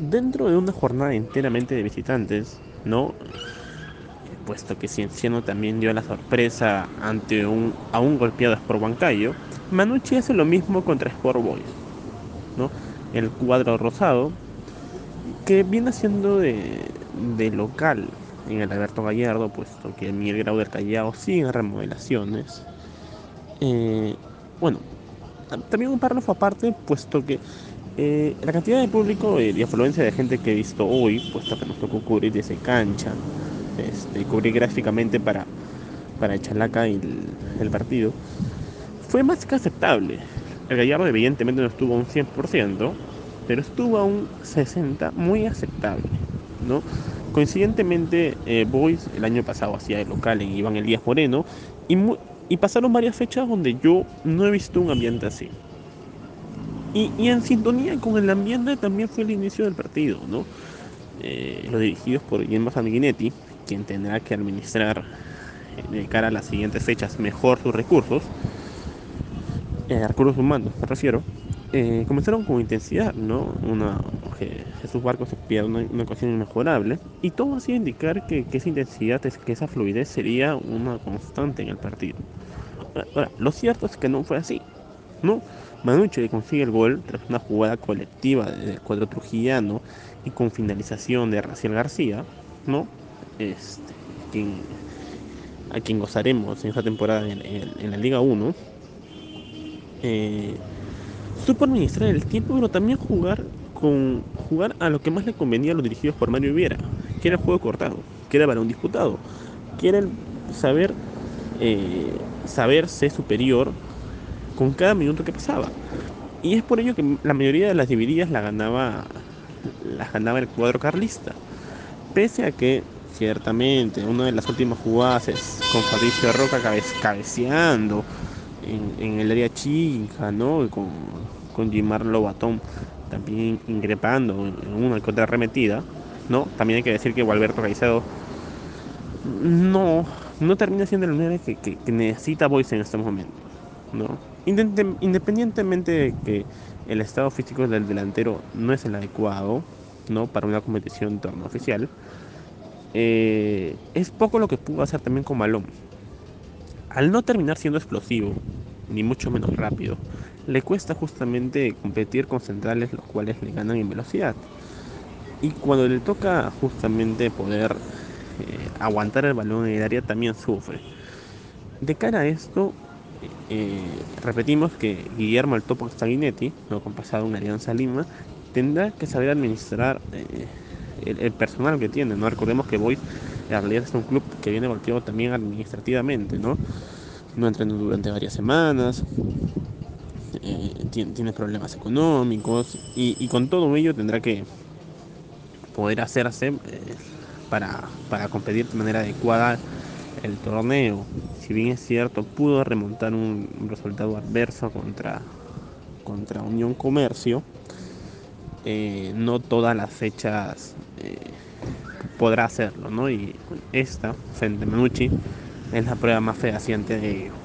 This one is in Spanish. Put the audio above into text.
dentro de una jornada enteramente de visitantes, ¿no? Puesto que Cienciano también dio la sorpresa ante a un golpeado Sport Huancayo, Manucci hace lo mismo contra Sport Boys, ¿no? El cuadro rosado, que viene siendo de local en el Alberto Gallardo, puesto que Miguel Grau del Callao sigue en remodelaciones. Eh, bueno, también un párrafo aparte, puesto que la cantidad de público y afluencia de gente que he visto hoy, puesto que nos tocó cubrir desde cancha, cubrir gráficamente para Chalaca el partido, fue más que aceptable. El Gallardo evidentemente no estuvo a un 100%, pero estuvo a un 60% muy aceptable, ¿no? Coincidentemente, Boys el año pasado hacía el local en Iván Elías Moreno y, y pasaron varias fechas donde yo no he visto un ambiente así. Y en sintonía con el ambiente también fue el inicio del partido, ¿no? Los dirigidos por Guillermo Sanguinetti, quien tendrá que administrar de cara a las siguientes fechas mejor sus recursos, recursos humanos me refiero, comenzaron con intensidad, ¿no? Jesús Barcos se pierde una ocasión inmejorable y todo hacía indicar que esa intensidad, que esa fluidez sería una constante en el partido. Ahora, lo cierto es que no fue así, ¿no? Manucci consigue el gol tras una jugada colectiva del cuadro trujillano y con finalización de Raciel García, ¿no? Este, quien, a quien gozaremos en esta temporada en la Liga 1. Supo administrar el tiempo, pero también jugar a lo que más le convenía a los dirigidos por Mario Viera, que era el juego cortado, que era balón disputado, que era el saber saberse superior con cada minuto que pasaba. Y es por ello que la mayoría de las divididas las ganaba el cuadro carlista. Pese a que, ciertamente, una de las últimas jugadas es con Fabricio Roca cabeceando en el área chica, ¿no? Con Gilmar Lobatón también increpando en una que otra arremetida, ¿no? También hay que decir que Gualberto Caicedo no, no termina siendo el 9 que necesita Boyce en este momento, ¿no? Independientemente de que el estado físico del delantero no es el adecuado, ¿no? Para una competición en torno oficial, es poco lo que pudo hacer también con balón. Al no terminar siendo explosivo, ni mucho menos rápido, le cuesta justamente competir con centrales los cuales le ganan en velocidad. Y cuando le toca justamente poder aguantar el balón en el área, también sufre. De cara a esto, eh, repetimos que Guillermo el Topo Sanguinetti, no compasado en Alianza Lima, tendrá que saber administrar el personal que tiene, ¿no? Recordemos que Boys en realidad es un club que viene golpeado también administrativamente, ¿no? No entrenó durante varias semanas, tiene problemas económicos y con todo ello tendrá que poder hacerse para competir de manera adecuada el torneo. Si bien es cierto, pudo remontar un resultado adverso contra Unión Comercio, no todas las fechas podrá hacerlo, ¿no? Y esta, frente a Manucci, es la prueba más fehaciente de ello.